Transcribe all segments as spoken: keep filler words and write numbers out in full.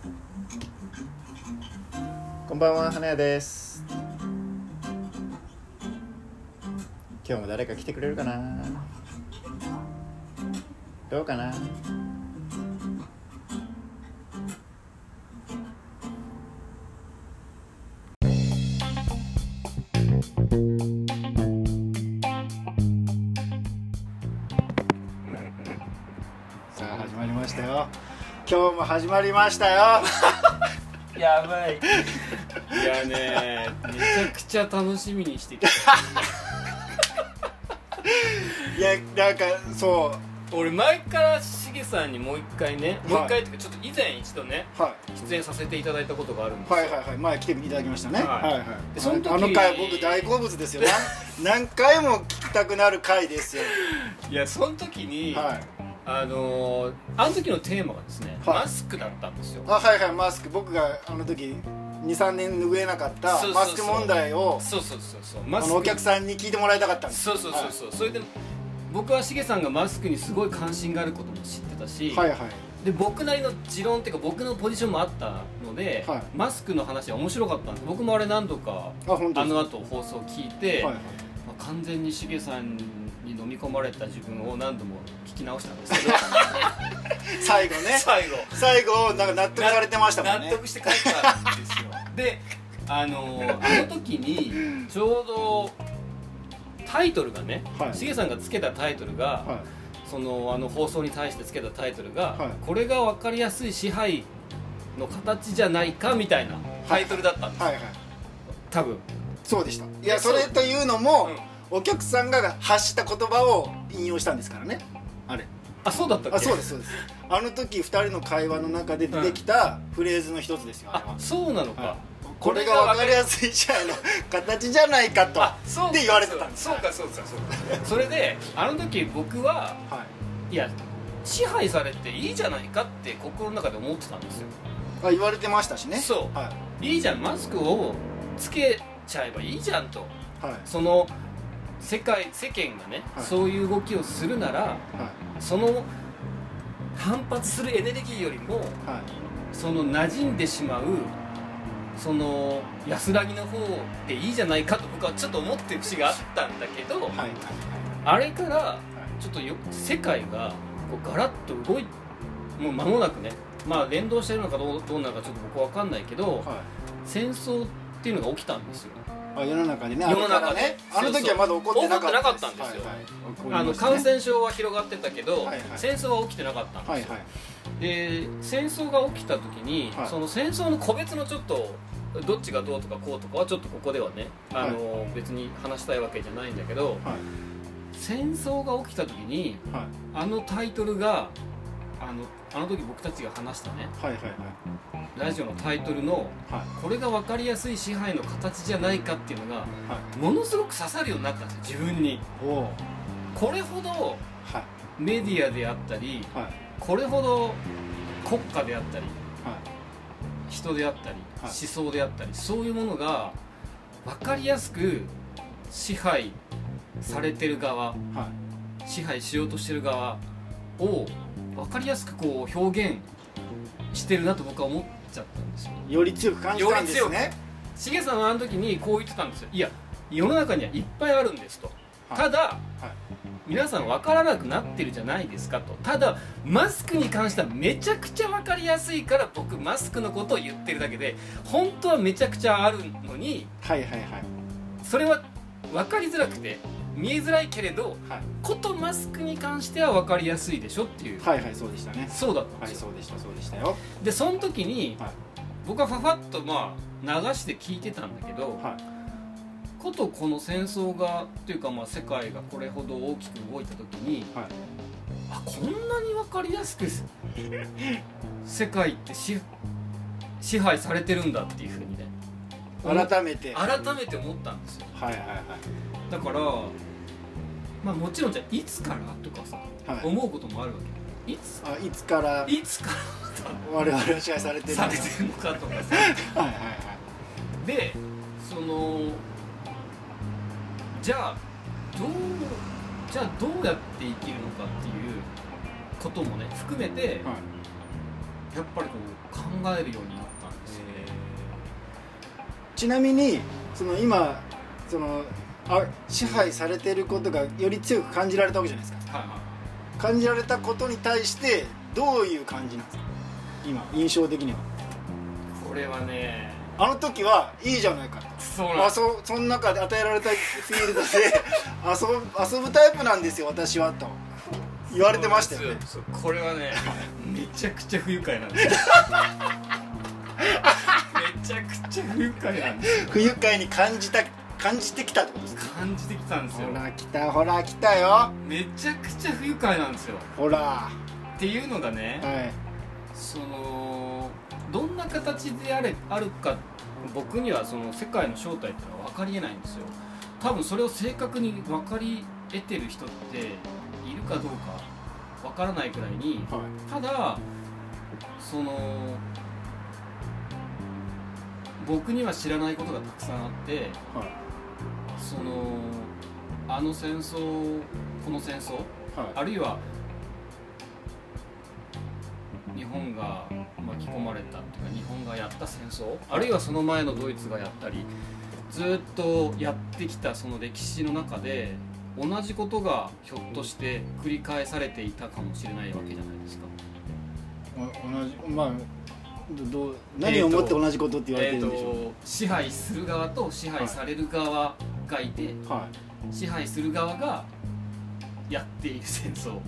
こんばんは、花屋です。今日も誰か来てくれるかな。どうかな。さあ始まりましたよ。今日も始まりましたよ。 やばい。いやね、めちゃくちゃ楽しみにしてきた。 いや、なんかそう俺前からしげさんにもう一回ね、もう一回っていうかちょっと以前一度ね、 は出演させていただいたことがあるんですよ。 はいはいはい、前来ていただきましたね。 はいはいはい。 でその時あの回僕大好物ですよ。何何回も聞きたくなる回ですよ。 いや、その時に、 はい。 あのー、あの時のテーマがですね、 はいマスクだったんですよ。 あ、はいはい、マスク。僕があの時にさんねん拭えなかったそうそうそうマスク問題をそうそうそうそう、 あマスクのお客さんに聞いてもらいたかったんです。 そうそうそうそう、はい、それで僕はしげさんがマスクにすごい関心があることも知ってたし、 はいはい。 で僕なりの持論っていうか僕のポジションもあったので、はい、マスクの話は面白かったんです。僕もあれ何度か あ, あの後放送聞いて、はいはい、まあ、完全にしげさんに飲み込まれた自分を何度も聞き直したんですけど最後ね最後最後なんか納得されてましたもんね。 納得して帰ったんですよ。であのあの時にちょうどタイトルがね、はい、しげさんがつけたタイトルが、はい、そのあの放送に対してつけたタイトルが、はい、これが分かりやすい支配の形じゃないかみたいなタイトルだったんですよ、はいはいはい、多分そうでした。いや、それというのも、うん、お客さんが発した言葉を引用したんですからね。あれ、 あ、そうだったっけ。 あ、そうですそうです。あの時ふたりの会話の中で出てきたフレーズの一つですよ、 うん、あ、そうなのか、はい、 これが分かりやすい支配の形じゃないかとって言われてたんです。 そうかそうかそうか。それであの時僕は、はい、いや支配されていいじゃないかって心の中で思ってたんですよ。 あ、言われてましたしね。 そう、はい、いいじゃん、マスクをつけちゃえばいいじゃんと、はい、その世界世間がね、はい、そういう動きをするなら、はい、その反発するエネルギーよりも、はい、その馴染んでしまうその安らぎの方でいいじゃないかと僕はちょっと思ってる節があったんだけど、はい、あれからちょっとよ世界がこうガラッと動いて、もう間もなくね、まあ連動してるのかどう、どうなのかちょっと僕は分かんないけど、はい、戦争っていうのが起きたんですよ。 あ、世の中でね。 世の中で、ね、 あの時はまだ起こってなかった起こってなかったんですよ、はいはい、あの感染症は広がってたけど、はいはい、戦争は起きてなかったんですよ、はいはい、で戦争が起きた時に、はい、その戦争の個別のちょっとどっちがどうとかこうとかはちょっとここではね、あの、はい、別に話したいわけじゃないんだけど、はい、戦争が起きた時に、はい、あのタイトルがあのあの時僕たちが話したね、はいはいはい、ラジオのタイトルの、はい、これが分かりやすい支配の形じゃないかっていうのが、はい、ものすごく刺さるようになったんですよ、自分に。これほど、はい、メディアであったり、はい、これほど国家であったり、はい、人であったり、はい、思想であったり、そういうものが分かりやすく支配されてる側、はい、支配しようとしてる側を分かりやすくこう表現してるなと僕は思っちゃったんですよ。 より強く感じたんですね。 しげさんはあの時にこう言ってたんですよ。いや、世の中にはいっぱいあるんですと、はい、ただ、はい、皆さん分からなくなってるじゃないですかと。ただマスクに関してはめちゃくちゃ分かりやすいから僕マスクのことを言ってるだけで、本当はめちゃくちゃあるのに、はいはいはい、それは分かりづらくて見えづらいけれど、はい、ことマスクに関しては分かりやすいでしょっていう。 はいはい、そうでしたね。 そうだったんですよ。 はい、そうでしたそうでしたよ。 でその時に、はい、僕はファファッとまあ流して聞いてたんだけど、はい、ことこの戦争がっていうか、まあ世界がこれほど大きく動いた時に、はい、あ、こんなに分かりやすく世界ってし支配されてるんだっていうふうにね、 改めて改めて思ったんですよ。はいはいはい。だからまあもちろんじゃあいつからとかさ、はい、思うこともあるわけ。いつあいつからいつから我々は支配されてるされてるのかとかさはいはいはい。でそのじゃあどうじゃあどうやって生きるのかっていうこともね含めて、はい、 やっぱりこう考えるようになったんですよね。 ちなみにその今そのあ支配されていることがより強く感じられたわけじゃないですか、はいはい、感じられたことに対してどういう感じなんですか今印象的には。 これはね、 あの時はいいじゃないかと、そうなん、そ, その中で与えられたフィールドで遊, 遊ぶタイプなんですよ私はと言われてましたよね。 これはねめちゃくちゃ不愉快なんですよめちゃくちゃ不愉快なんですよ。 不愉快に感じた感じてきたってことですか。 感じてきたんですよ。 ほら来たほら来たよ。 めちゃくちゃ不愉快なんですよ。 ほらっていうのがね、はい、そのどんな形であれあるか僕にはその世界の正体ってのは分かりえないんですよ。多分それを正確に分かり得てる人っているかどうか分からないくらいに、はい、ただその僕には知らないことがたくさんあって、はい、そのあの戦争この戦争、はい、あるいは日本が巻き込まれたっていうか日本がやった戦争、あるいはその前のドイツがやったりずっとやってきたその歴史の中で同じことがひょっとして繰り返されていたかもしれないわけじゃないですか。 同じ、まあど何をもって同じことって言われてるんでしょう、えーと、 支配する側と支配される側がいて、はい、支配する側がやっている戦争、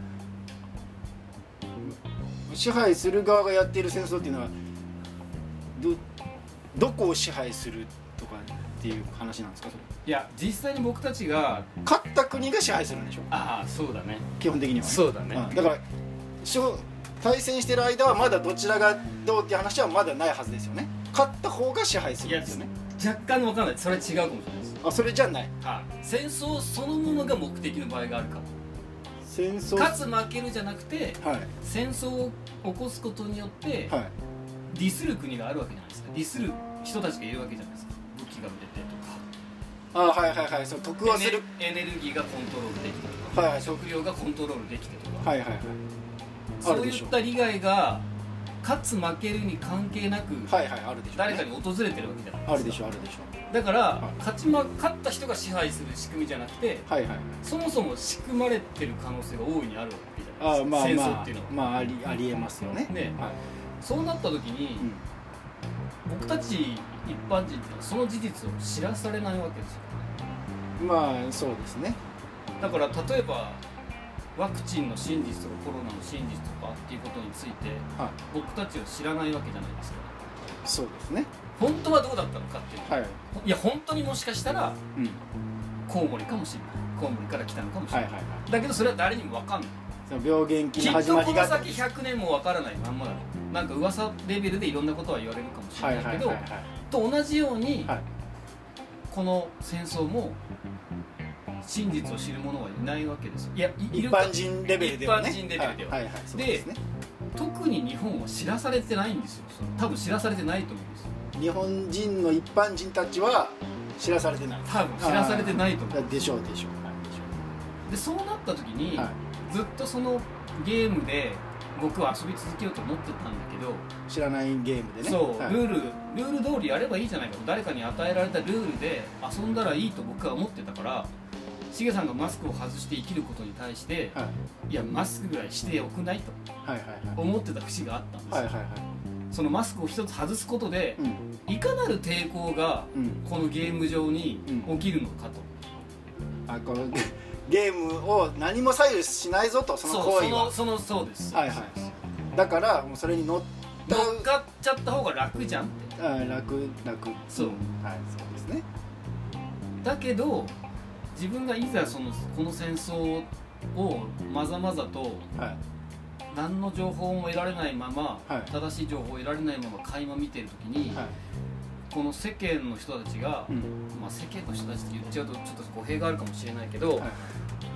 支配する側がやっている戦争っていうのは ど, どこを支配するとかっていう話なんですか。それいや実際に僕たちが勝った国が支配するんでしょ。 ああそうだね、 基本的には、ね、 そうだね、 うん、だから対戦してる間はまだどちらがどうっていう話はまだないはずですよね。勝った方が支配するんですよね。 若干分からない、それは違うかもしれないです。 あ、それじゃない、 はあ、戦争そのものが目的の場合があるかも。 戦争勝つ負けるじゃなくて、はい、戦争を起こすことによって、はい、ディスる国があるわけじゃないですか。ディスる人たちがいるわけじゃないですか。武器が出てとか、あ、はいはいはい、そう得はするエネルギーがコントロールできてとか、はいはい、食料がコントロールできてとか、はいはいはい、そういった利害が勝つ負けるに関係なく、はいはい、あるでしょうね、誰かに訪れてるわけじゃないですか。 あるでしょうあるでしょう。 だから、はい、勝ち、ま、勝った人が支配する仕組みじゃなくて、はいはい、そもそも仕組まれてる可能性が大いにあるわけじゃないですか。あ、まあ、戦争っていうのは、 まあ、まあ、あり、ありえますよね。ね、 はい、そうなった時に、うん、僕たち一般人ってその事実を知らされないわけですよ。 まあそうですね。 だから例えばワクチンの真実とかコロナの真実とかっていうことについて、はい、僕たちは知らないわけじゃないですか。 そうですね。 本当はどうだったのかっていう、はい、いや本当にもしかしたら、うん、コウモリかもしれない、コウモリから来たのかもしれない、はいはいはい、だけどそれは誰にも分かんない。 その病原菌の始まりがきっとこの先ひゃくねんも分からないまんまだろう。なんか噂レベルでいろんなことは言われるかもしれないけど、はいはいはいはい、と同じように、はい、この戦争も真実を知る者はいないわけですよ。いや、いるか、 一般人レベルではね。 一般人レベルでは、はいはいはい、そうで、 ですね、特に日本は知らされてないんですよ。多分知らされてないと思うんですよ。 日本人の一般人たちは知らされてない。 多分知らされてないと思う。 でしょうでしょう、はい、でしょう。でそうなった時に、はい、ずっとそのゲームで僕は遊び続けようと思ってたんだけど、 知らないゲームでね、 そう、はい、ルールルール通りやればいいじゃないかと、誰かに与えられたルールで遊んだらいいと僕は思ってたから、しげさんがマスクを外して生きることに対して、はい、いやマスクぐらいしておくないと思ってた節があったんですよ、はいはいはい、そのマスクを一つ外すことで、うん、いかなる抵抗がこのゲーム上に起きるのかと、 うん、あ、このゲームを何も左右しないぞと、その行為は、 そのそのそうです、 はいはい、だからもうそれに乗っ乗っかっちゃった方が楽じゃんって、 あ、楽楽、 そう、 うん、はい、そうですね。 だけど自分がいざそのこの戦争をまざまざと、はい、何の情報も得られないまま、はい、正しい情報を得られないまま垣間見てるときに、はい、この世間の人たちが、うん、まあ、世間の人たちって言っちゃうとちょっと語弊があるかもしれないけど、はい、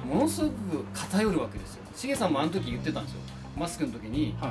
ものすごく偏るわけですよ。しげさんもあの時言ってたんですよ。マスクの時に、はい、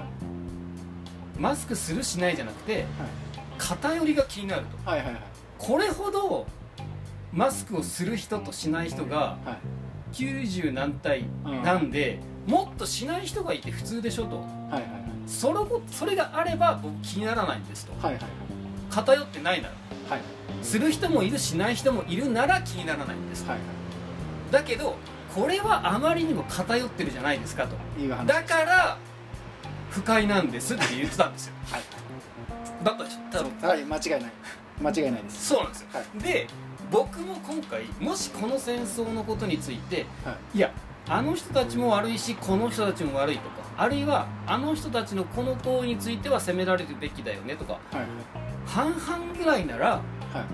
マスクするしないじゃなくて、はい、偏りが気になると、はいはいはい、これほどマスクをする人としない人がきゅうじゅうなんたいなんで、うん、もっとしない人がいて普通でしょと、はいはいはい、 それそれがあれば僕気にならないんですと、 はいはいはい、 偏ってないなら、 はい、 する人もいるしない人もいるなら気にならないんですと、はいはい、だけどこれはあまりにも偏ってるじゃないですかと、だから不快なんですって言ってたんですよ。はい、だったでしょ多分。 はい、間違いない間違いないです。 そうなんですよ、はい、で僕も今回もしこの戦争のことについて、はい、いやあの人たちも悪いしこの人たちも悪いとか、あるいはあの人たちのこの行為については責められるべきだよねとか、はい、半々ぐらいなら、はい、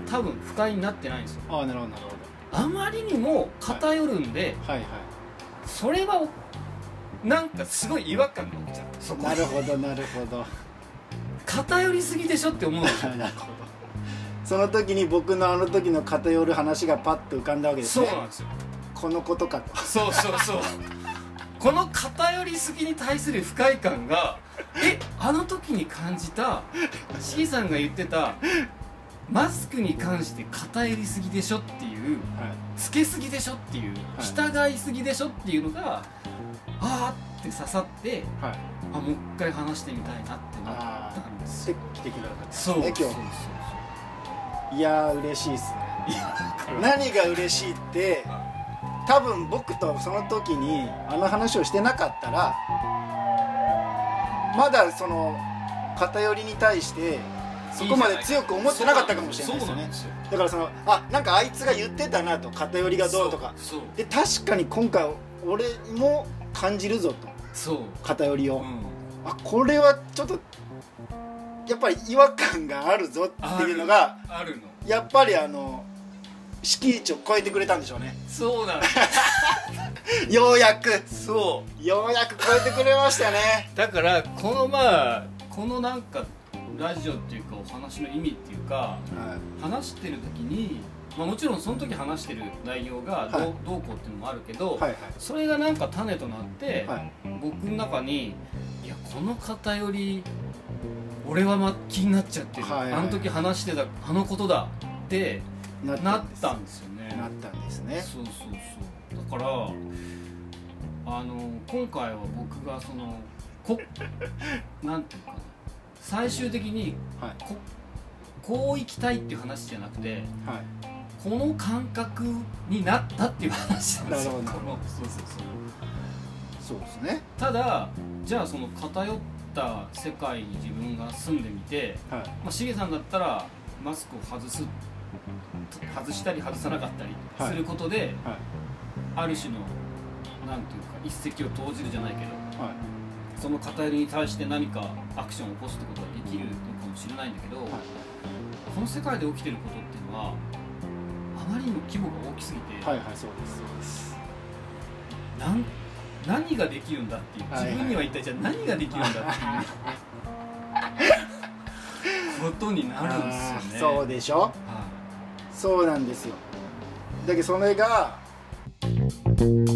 多分不快になってないんですよ。 ああ、なるほどなるほど。 あまりにも偏るんで、はいはいはい、それはなんかすごい違和感が起きちゃう。そこなるほどなるほど。 偏りすぎでしょって思うんですよ。なるほど。 その時に僕のあの時の偏る話がパッと浮かんだわけですね。 そうなんですよ。 このことかと。 そうそうそう。この偏りすぎに対する不快感が、え、あの時に感じた C さんが言ってたマスクに関して偏りすぎでしょっていう、はい、つけすぎでしょっていう、はい、従いすぎでしょっていうのがあーって刺さって、はい、あ、もう一回話してみたいなってなったんですよ。 来てくれなかったですね、 今日。そうそうそう。いやー嬉しいっすね。何が嬉しいって、多分僕とその時にあの話をしてなかったらまだその偏りに対してそこまで強く思ってなかったかもしれないですよね。だからそのあなんかあいつが言ってたなと、偏りがどうとかで、確かに今回俺も感じるぞと、そう偏りを、うん、あこれはちょっとやっぱり違和感があるぞっていうのがあるの、 やっぱりあの敷地を超えてくれたんでしょうね。 そうなんだ。 ようやくそうようやく超えてくれましたね。 だからこのまあこのなんかラジオっていうかお話の意味っていうか、はい、話してる時に、まあ、もちろんその時話してる内容がどう、はい、どうこうっていうのもあるけど、はいはい、それがなんか種となって、はい、僕の中にいやこの偏り俺はま気になっちゃってる、はいはい、あの時話してたあのことだってなったんですよね。 なったんですね。 そうそうそう。だからあの今回は僕がそのこなんていうかな、最終的に こ,、はい、こう生きたいっていう話じゃなくて、はい、この感覚になったっていう話なんですよ。なるほど。そうそうそう。そうですね。 ただじゃあその偏った世界に自分が住んでみて、はい、まあしげさんだったらマスクを外す外したり外さなかったりすることで、はいはい、ある種のなんていうか一石を投じるじゃないけど、はい、その偏りに対して何かアクションを起こすってことができるのかもしれないんだけど、はい、この世界で起きてることっていうのはあまりにも規模が大きすぎて、 はいはい、そうですそうです。 なん何ができるんだっていう、自分には一体じゃあ何ができるんだっていうことになるんですよね。 そうでしょ、はい、そうなんですよ。だけどそれが